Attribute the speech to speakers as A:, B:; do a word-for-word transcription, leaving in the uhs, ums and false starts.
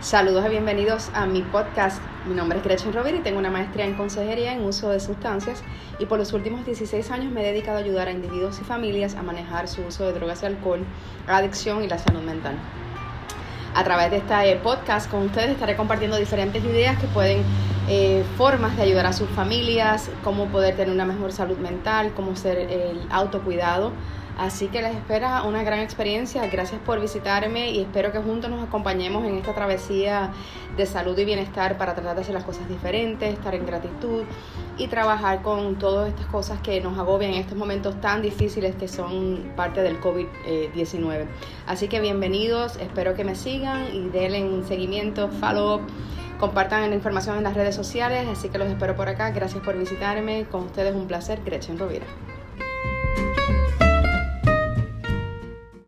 A: Saludos y bienvenidos a mi podcast. Mi nombre es Gretchen Rovira y tengo una maestría en consejería en uso de sustancias y por los últimos dieciséis años me he dedicado a ayudar a individuos y familias a manejar su uso de drogas y alcohol, la adicción y la salud mental. A través de este podcast con ustedes estaré compartiendo diferentes ideas que pueden, eh, formas de ayudar a sus familias, cómo poder tener una mejor salud mental, cómo ser el autocuidado. Así que les espera una gran experiencia. Gracias por visitarme y espero que juntos nos acompañemos en esta travesía de salud y bienestar para tratar de hacer las cosas diferentes, estar en gratitud y trabajar con todas estas cosas que nos agobian en estos momentos tan difíciles que son parte del covid diecinueve. Así que bienvenidos, espero que me sigan y denle seguimiento, follow up, compartan la información en las redes sociales. Así que los espero por acá. Gracias por visitarme. Con ustedes un placer, Gretchen Rovira.